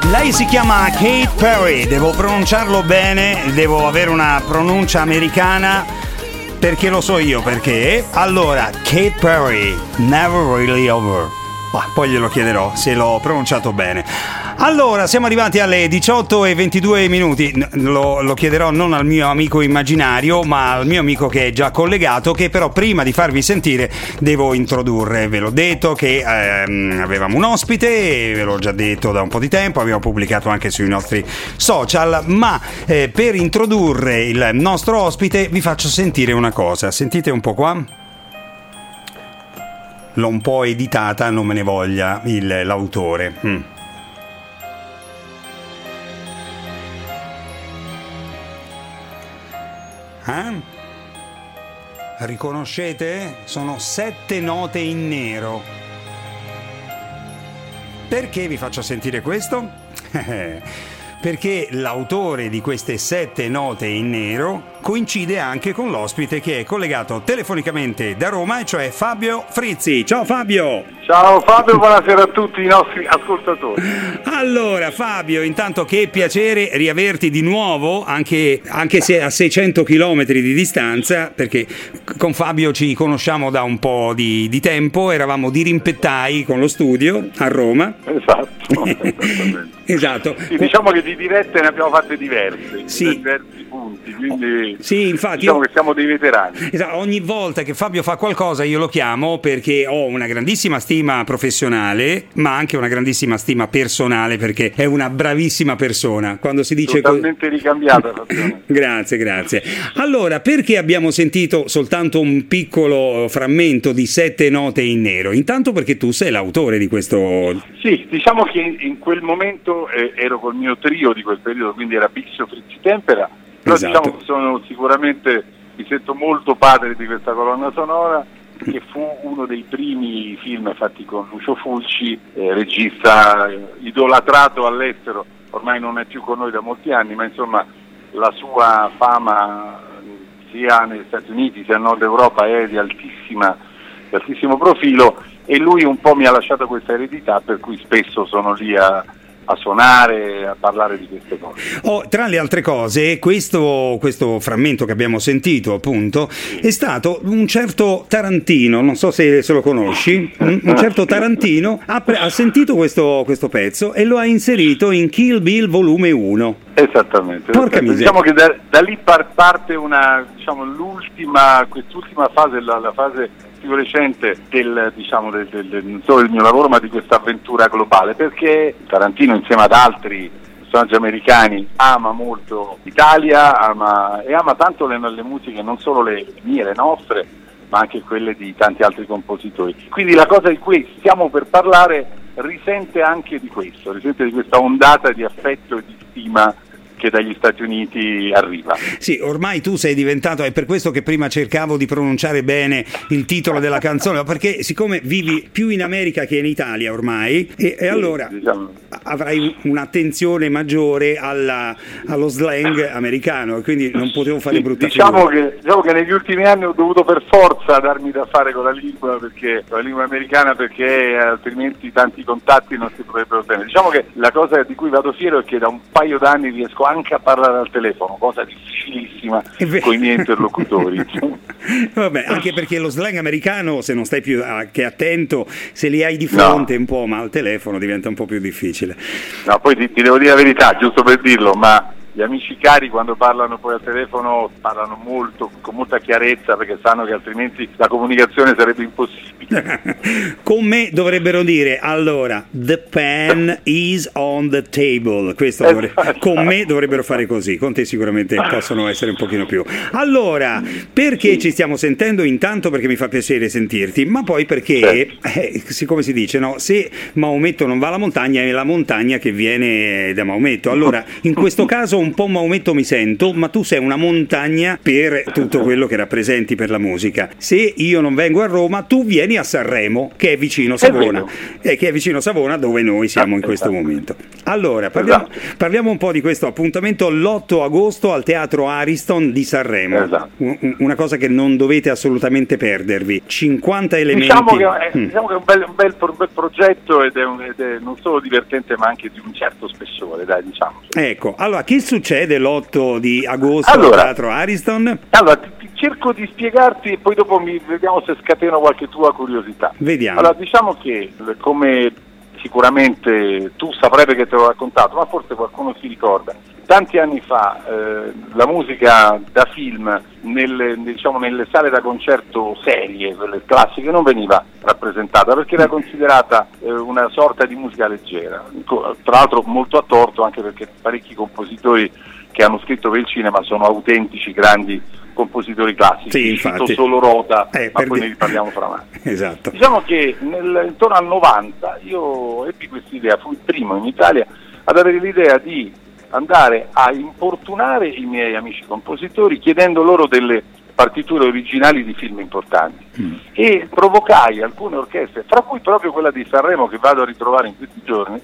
Lei si chiama Katy Perry, devo pronunciarlo bene, devo avere una pronuncia americana perché lo so io perché. Allora, Katy Perry, Never Really Over. Poi glielo chiederò se l'ho pronunciato bene. Allora, siamo arrivati alle 18:22. Lo chiederò non al mio amico immaginario, ma al mio amico che è già collegato, che però prima di farvi sentire devo introdurre. Ve l'ho detto che avevamo un ospite, ve l'ho già detto da un po' di tempo, abbiamo pubblicato anche sui nostri social, ma per introdurre il nostro ospite vi faccio sentire una cosa. Sentite un po' qua. L'ho un po' editata, non me ne voglia l'autore. Riconoscete? Sono 7 note in nero. Perché vi faccio sentire questo? Perché l'autore di queste 7 note in nero coincide anche con l'ospite che è collegato telefonicamente da Roma, e cioè Fabio Frizzi. Ciao Fabio! Ciao Fabio, buonasera a tutti i nostri ascoltatori. Allora Fabio, intanto che piacere riaverti di nuovo, anche se a 600 chilometri di distanza, perché con Fabio ci conosciamo da un po' di tempo, eravamo dirimpettai con lo studio a Roma. Esatto. Esatto. Sì, diciamo che di dirette ne abbiamo fatte diverse, sì. Diversi punti, quindi sì, infatti diciamo che siamo dei veterani. Esatto, ogni volta che Fabio fa qualcosa io lo chiamo perché ho una grandissima stima professionale, ma anche una grandissima stima personale, perché è una bravissima persona. Quando si dice totalmente ricambiata. Grazie. Allora, perché abbiamo sentito soltanto un piccolo frammento di 7 note in nero? Intanto perché tu sei l'autore di questo. Sì, diciamo che in quel momento ero col mio trio di quel periodo, quindi era Bixio, Frizzi, Tempera, però esatto. Diciamo che sono sicuramente, mi sento molto padre di questa colonna sonora, che fu uno dei primi film fatti con Lucio Fulci, regista idolatrato all'estero, ormai non è più con noi da molti anni, ma insomma la sua fama sia negli Stati Uniti sia in Nord Europa è di altissimo profilo, e lui un po' mi ha lasciato questa eredità, per cui spesso sono lì a suonare, a parlare di queste cose. Tra le altre cose, questo frammento che abbiamo sentito appunto è stato un certo Tarantino, non so se lo conosci, un certo Tarantino ha sentito questo pezzo e lo ha inserito in Kill Bill volume 1. Esattamente. Porca miseria. Diciamo che da lì parte quest'ultima fase, la fase più recente non solo del mio lavoro, ma di questa avventura globale, perché Tarantino insieme ad altri personaggi americani ama molto l'Italia, ama tanto le musiche, non solo le mie, le nostre, ma anche quelle di tanti altri compositori. Quindi la cosa di cui stiamo per parlare risente anche di questo, risente di questa ondata di affetto e di stima che dagli Stati Uniti arriva. Sì, ormai tu sei diventato, è per questo che prima cercavo di pronunciare bene il titolo della canzone, perché siccome vivi più in America che in Italia ormai, e allora avrai un'attenzione maggiore allo slang americano, quindi non potevo fare brutta figura. Diciamo che negli ultimi anni ho dovuto per forza darmi da fare con la lingua americana, perché altrimenti tanti contatti non si potrebbero ottenere. Diciamo che la cosa di cui vado fiero è che da un paio d'anni riesco anche a parlare al telefono, cosa difficilissima con i miei interlocutori. Vabbè, anche perché lo slang americano, se non stai più che attento, se li hai di fronte un po', ma al telefono diventa un po' più difficile. No, poi ti devo dire la verità, giusto per dirlo, ma gli amici cari quando parlano poi al telefono parlano con molta chiarezza, perché sanno che altrimenti la comunicazione sarebbe impossibile. Con me dovrebbero dire, allora, the pen is on the table. Con me dovrebbero fare così, con te sicuramente possono essere un pochino più. Allora, perché ci stiamo sentendo? Intanto perché mi fa piacere sentirti, ma poi perché, siccome si dice, no, se Maometto non va alla montagna è la montagna che viene da Maometto. Allora, in questo caso un po' Maometto mi sento, ma tu sei una montagna per tutto quello che rappresenti per la musica. Se io non vengo a Roma, tu vieni a Sanremo, che è vicino Savona, che è vicino Savona, dove noi siamo in questo momento. Allora, parliamo un po' di questo appuntamento l'8 agosto al Teatro Ariston di Sanremo. Esatto. Una cosa che non dovete assolutamente perdervi. 50 elementi. Diciamo che è un bel progetto ed è non solo divertente ma anche di un certo spessore, dai, diciamo. Ecco, allora, che succede l'8 di agosto al Teatro Ariston? Allora, cerco di spiegarti e poi dopo vediamo se scateno qualche tua curiosità. Vediamo. Allora, diciamo che, come sicuramente tu saprai perché te l'ho raccontato, ma forse qualcuno si ricorda, tanti anni fa la musica da film nelle sale da concerto serie, quelle classiche, non veniva rappresentata perché era considerata una sorta di musica leggera, tra l'altro molto a torto, anche perché parecchi compositori che hanno scritto per il cinema sono autentici grandi compositori classici. Sì, cito solo Rota, ma poi ne riparliamo fra mano. Esatto. Diciamo che intorno al 90 io ebbi questa idea, fui il primo in Italia ad avere l'idea di andare a importunare i miei amici compositori chiedendo loro delle partiture originali di film importanti e provocai alcune orchestre, fra cui proprio quella di Sanremo che vado a ritrovare in questi giorni,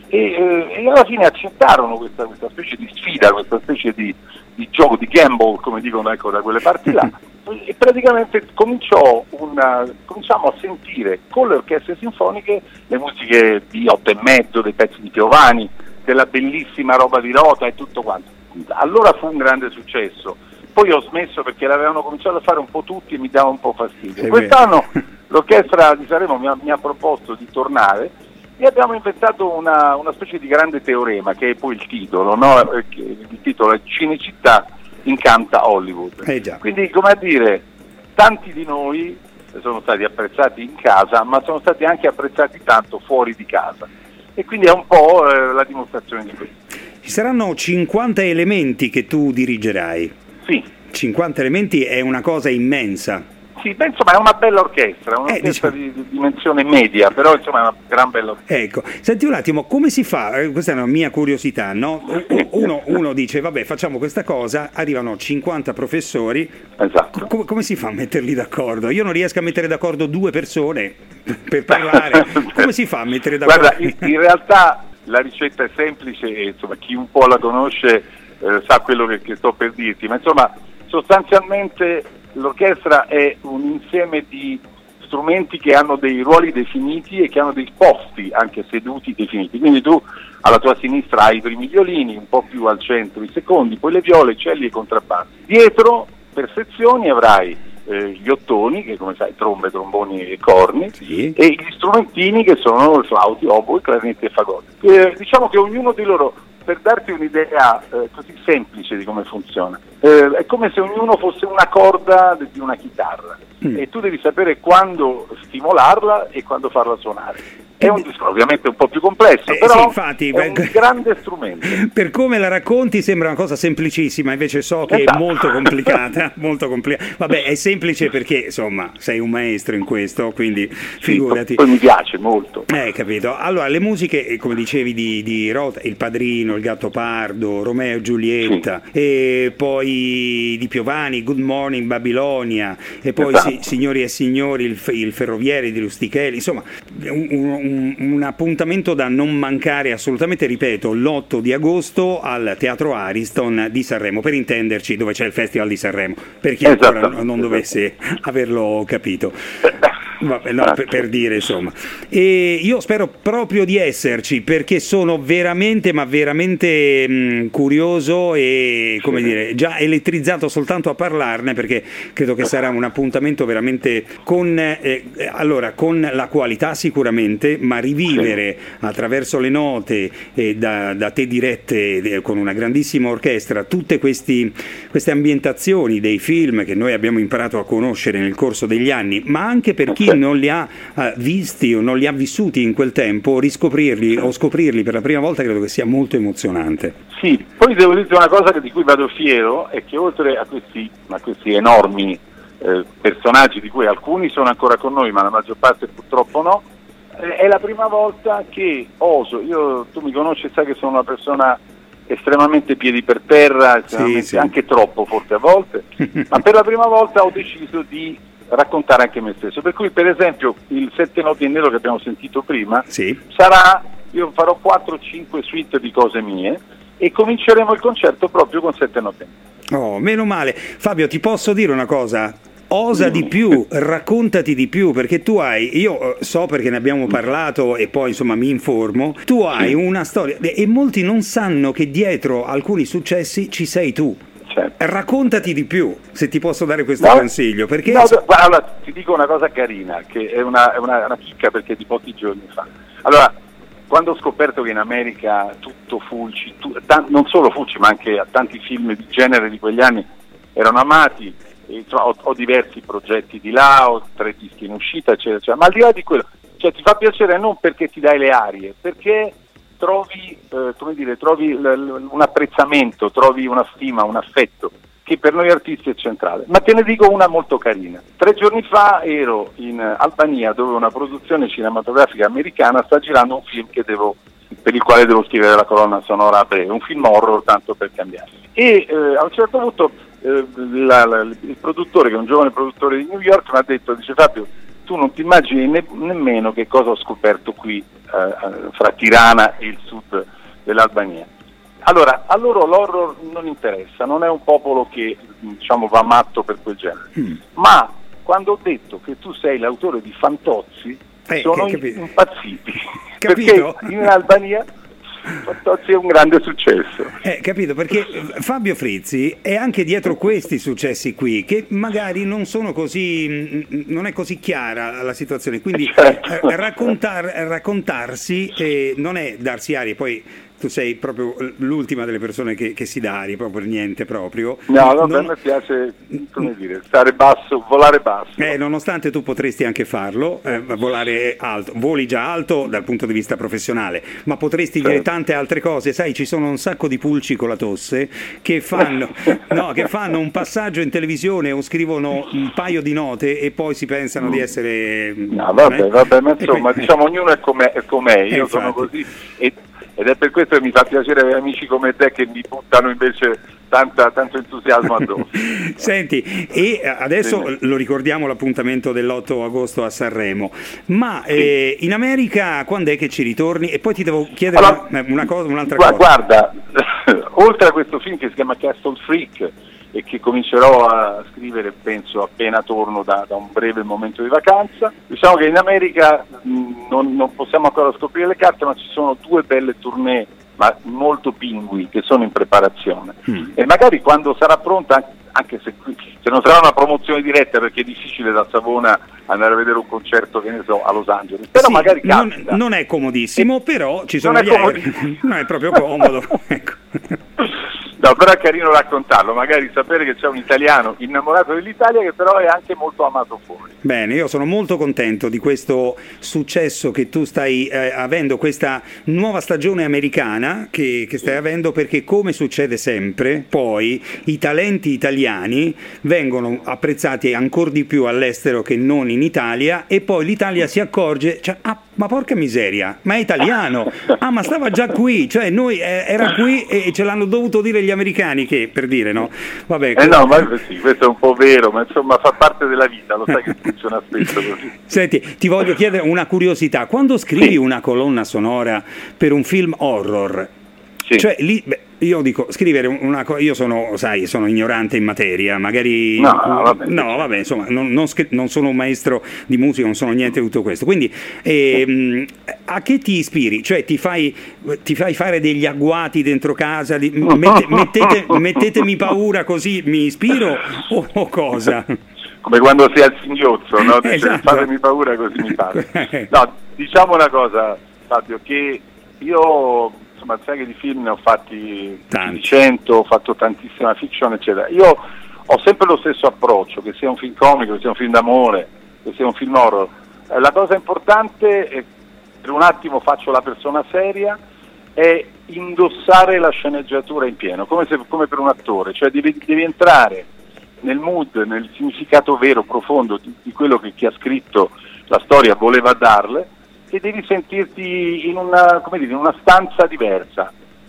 e alla fine accettarono questa specie di sfida, questa specie di gioco, di gamble, come dicono, ecco, da quelle parti là, e praticamente cominciamo a sentire con le orchestre sinfoniche le musiche di Otto e Mezzo, dei pezzi di Piovani, della bellissima roba di Rota e tutto quanto. Allora fu un grande successo, poi ho smesso perché l'avevano cominciato a fare un po' tutti e mi dava un po' fastidio. Quest'anno l'orchestra di Sanremo mi ha proposto di tornare e abbiamo inventato una specie di grande teorema, che è poi il titolo, no? Il titolo è Cinecittà incanta Hollywood. Già. Quindi, come a dire, tanti di noi sono stati apprezzati in casa, ma sono stati anche apprezzati tanto fuori di casa. E quindi è un po' la dimostrazione di questo. Ci saranno 50 elementi che tu dirigerai. Sì. 50 elementi è una cosa immensa. Sì, beh, insomma è una bella orchestra, un'orchestra di dimensione media, però insomma è una gran bella orchestra. Ecco, senti un attimo, come si fa? Questa è una mia curiosità, no? Uno dice, vabbè, facciamo questa cosa, arrivano 50 professori, esatto. Come si fa a metterli d'accordo? Io non riesco a mettere d'accordo due persone per parlare, come si fa a mettere d'accordo? Guarda, in realtà la ricetta è semplice e insomma chi un po' la conosce sa quello che sto per dirti, ma insomma sostanzialmente l'orchestra è un insieme di strumenti che hanno dei ruoli definiti e che hanno dei posti anche seduti definiti, quindi tu alla tua sinistra hai i primi violini, un po' più al centro i secondi, poi le viole, celli e contrabbassi. Dietro per sezioni avrai gli ottoni, che come sai trombe, tromboni e corni, sì, e gli strumentini che sono i flauti, oboi, clarinetti e fagotti. Diciamo che ognuno di loro, per darti un'idea così semplice di come funziona, è come se ognuno fosse una corda di una chitarra e tu devi sapere quando stimolarla e quando farla suonare. È un disco ovviamente un po' più complesso, però sì, infatti, è un grande strumento. Per come la racconti sembra una cosa semplicissima, invece so che è molto complicata, molto complicata. Vabbè, è semplice perché insomma sei un maestro in questo, quindi figurati. Sì, poi mi piace molto. Capito. Allora, le musiche, come dicevi, di Rota, Il Padrino, Il Gattopardo, Romeo e Giulietta, sì, e poi di Piovani, Good Morning Babilonia, e poi esatto, Signori e Signori, il Ferroviere di Rustichelli, insomma un appuntamento da non mancare assolutamente, ripeto, l'8 di agosto al Teatro Ariston di Sanremo, per intenderci, dove c'è il Festival di Sanremo, per chi ancora non dovesse averlo capito. Vabbè, no, per dire, insomma. E io spero proprio di esserci, perché sono veramente, ma veramente curioso e, come dire, già elettrizzato soltanto a parlarne, perché credo che sarà un appuntamento veramente con la qualità sicuramente, ma rivivere attraverso le note da te dirette con una grandissima orchestra tutte queste ambientazioni dei film che noi abbiamo imparato a conoscere nel corso degli anni, ma anche per chi non li ha visti o non li ha vissuti in quel tempo, riscoprirli o scoprirli per la prima volta, credo che sia molto emozionante. Sì, poi devo dire una cosa di cui vado fiero, è che oltre a questi enormi personaggi, di cui alcuni sono ancora con noi ma la maggior parte purtroppo no, è la prima volta che oso, tu mi conosci e sai che sono una persona estremamente piedi per terra, sì. Anche troppo forse a volte, ma per la prima volta ho deciso di raccontare anche me stesso, per cui per esempio il 7 notti in nero che abbiamo sentito prima sarà, io farò 4-5 suite di cose mie e cominceremo il concerto proprio con 7 notti in nero. Oh, meno male. Fabio, ti posso dire una cosa? Osa di più, raccontati di più, perché tu hai, io so perché ne abbiamo parlato e poi insomma mi informo, tu hai una storia e molti non sanno che dietro alcuni successi ci sei tu. Certo. Raccontati di più, se ti posso dare questo consiglio, perché... allora, ti dico una cosa carina, che è una chicca perché di pochi giorni fa. Allora, quando ho scoperto che in America tutto Fulci, non solo Fulci ma anche tanti film di genere di quegli anni erano amati, ho diversi progetti di là, ho 3 dischi in uscita, eccetera, ma al di là di quello, cioè ti fa piacere non perché ti dai le arie, perché trovi un apprezzamento, trovi una stima, un affetto che per noi artisti è centrale. Ma te ne dico una molto carina. 3 giorni fa ero in Albania, dove una produzione cinematografica americana sta girando un film per il quale devo scrivere la colonna sonora a breve, un film horror tanto per cambiare. E a un certo punto il produttore, che è un giovane produttore di New York, mi ha detto, dice: Fabio, tu non ti immagini nemmeno che cosa ho scoperto qui fra Tirana e il sud dell'Albania. Allora, a loro l'horror non interessa, non è un popolo che va matto per quel genere, ma quando ho detto che tu sei l'autore di Fantozzi sono impazziti, capito? Perché in Albania Fantozzi è un grande successo. Capito, perché Fabio Frizzi è anche dietro questi successi qui, che magari non sono così, non è così chiara la situazione, quindi raccontarsi non è darsi aria, poi tu sei proprio l'ultima delle persone che si dà aria, proprio per niente proprio. No, a me piace, stare basso, volare basso. Nonostante tu potresti anche farlo, volare alto, voli già alto dal punto di vista professionale, ma potresti dire tante altre cose, sai, ci sono un sacco di pulci con la tosse che fanno un passaggio in televisione o scrivono un paio di note e poi si pensano di essere... No, vabbè, ma insomma, diciamo, ognuno è com'è, io sono così ed è per questo che mi fa piacere avere amici come te che mi buttano invece tanto entusiasmo addosso. Senti, e adesso lo ricordiamo l'appuntamento dell'8 agosto a Sanremo, ma in America quando è che ci ritorni? E poi ti devo chiedere un'altra cosa. Guarda, oltre a questo film che si chiama Castle Freak e che comincerò a scrivere penso appena torno da un breve momento di vacanza, diciamo che in America non possiamo ancora scoprire le carte, ma ci sono 2 belle tournée, ma molto pingui, che sono in preparazione e magari quando sarà pronta, anche se non sarà una promozione diretta perché è difficile da Savona andare a vedere un concerto, che ne so, a Los Angeles, però magari capita. Non è comodissimo, però ci sono gli aerei, non è proprio comodo. Ecco. No, però è carino raccontarlo, magari sapere che c'è un italiano innamorato dell'Italia che però è anche molto amato fuori. Bene, io sono molto contento di questo successo che tu stai avendo, questa nuova stagione americana che stai avendo, perché come succede sempre, poi i talenti italiani vengono apprezzati ancora di più all'estero che non in Italia, e poi l'Italia si accorge, ma porca miseria, ma è italiano, ma stava già qui, cioè noi era qui e ce l'hanno dovuto dire gli americani, che per dire, no? Vabbè. No, ma sì, questo è un po' vero, ma insomma fa parte della vita, lo sai che funziona spesso così. Senti, ti voglio chiedere una curiosità, quando scrivi una colonna sonora per un film horror, cioè lì, io dico, scrivere io sono ignorante in materia, magari vabbè, insomma, non sono un maestro di musica, non sono niente di tutto questo, quindi a che ti ispiri? Cioè ti fai fare degli agguati dentro casa, mettetemi paura così mi ispiro o cosa? Come quando si è al singhiozzo, no? Esatto. Fatemi paura così mi pare. No, diciamo una cosa, Fabio, che io insomma serie di film ne ho fatti 100, ho fatto tantissima fiction, eccetera. Io ho sempre lo stesso approccio, che sia un film comico, che sia un film d'amore, che sia un film horror. La cosa importante è, per un attimo faccio la persona seria, è indossare la sceneggiatura in pieno, come per un attore, cioè devi entrare nel mood, nel significato vero, profondo di quello che chi ha scritto la storia voleva darle, e devi sentirti in una stanza diversa.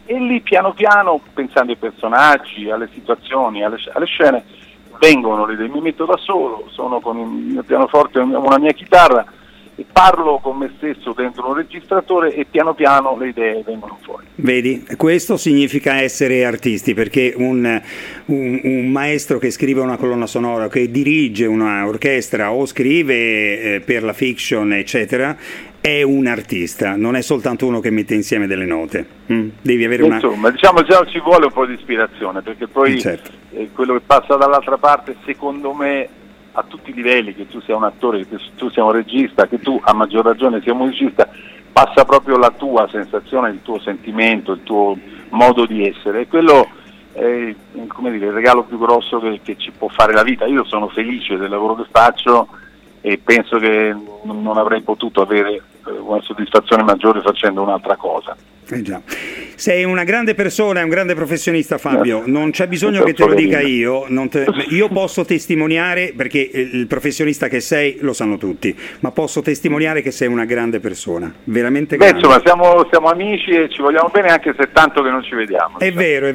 e lì piano piano, pensando ai personaggi, alle situazioni, alle scene, vengono le idee. Mi metto da solo, sono con il mio pianoforte e una mia chitarra e parlo con me stesso dentro un registratore e piano piano le idee vengono fuori. Vedi, questo significa essere artisti, perché un maestro che scrive una colonna sonora, che dirige una orchestra o scrive per la fiction eccetera, è un artista, non è soltanto uno che mette insieme delle note. Devi avere Insomma, diciamo già ci vuole un po' di ispirazione, perché poi certo. Quello che passa dall'altra parte, secondo me, a tutti i livelli, che tu sia un attore, che tu sia un regista, che tu a maggior ragione sia un musicista, passa proprio la tua sensazione, il tuo sentimento, il tuo modo di essere, e quello è, come dire, il regalo più grosso che ci può fare la vita. Io sono felice del lavoro che faccio e penso che non avrei potuto avere una soddisfazione maggiore facendo un'altra cosa. Già. Sei una grande persona e un grande professionista, Fabio, non c'è bisogno che te lo dica io, io posso testimoniare, perché il professionista che sei lo sanno tutti, ma posso testimoniare che sei una grande persona, veramente grande. Insomma, siamo amici e ci vogliamo bene, anche se è tanto che non ci vediamo. È vero,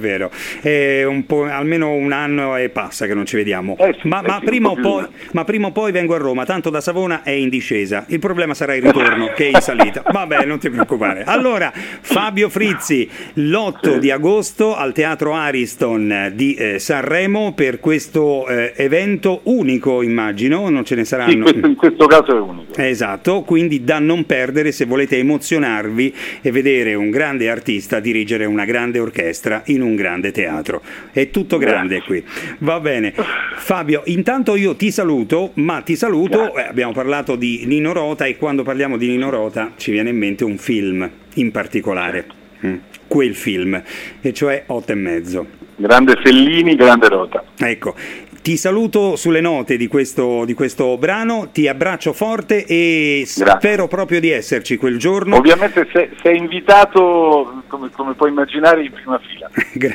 è un po', almeno un anno e passa che non ci vediamo, ma prima o poi vengo a Roma, tanto da Savona è in discesa, il problema sarà il ritorno che è in salita. Vabbè, non ti preoccupare. Allora, Fabio Frizzi, l'8 di agosto al Teatro Ariston di Sanremo per questo evento unico, immagino, non ce ne saranno. Sì, in questo caso è unico. Esatto, quindi da non perdere se volete emozionarvi e vedere un grande artista dirigere una grande orchestra in un grande teatro. È tutto grande qui. Va bene. Fabio, intanto io ti saluto, abbiamo parlato di Nino Rota e quando parliamo di Nino Rota ci viene in mente un film in particolare, quel film, e cioè 8 e mezzo. Grande Fellini, grande Rota. Ecco, ti saluto sulle note di questo brano, ti abbraccio forte e spero proprio di esserci quel giorno. Ovviamente sei invitato, come puoi immaginare, in prima fila.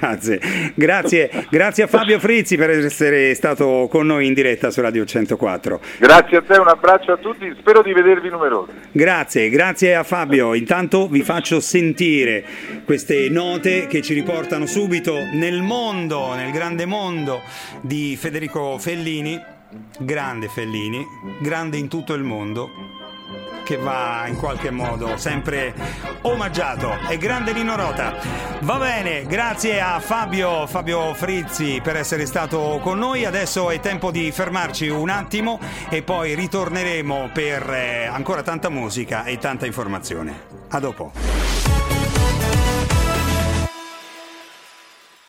Grazie a Fabio Frizzi per essere stato con noi in diretta su Radio 104. Grazie a te, un abbraccio a tutti, spero di vedervi numerosi. Grazie a Fabio. Intanto vi faccio sentire queste note che ci riportano subito nel grande mondo di Federico Fellini, grande in tutto il mondo, che va in qualche modo sempre omaggiato. È grande Nino Rota. Va bene, grazie a Fabio Frizzi per essere stato con noi. Adesso è tempo di fermarci un attimo e poi ritorneremo per ancora tanta musica e tanta informazione. A dopo.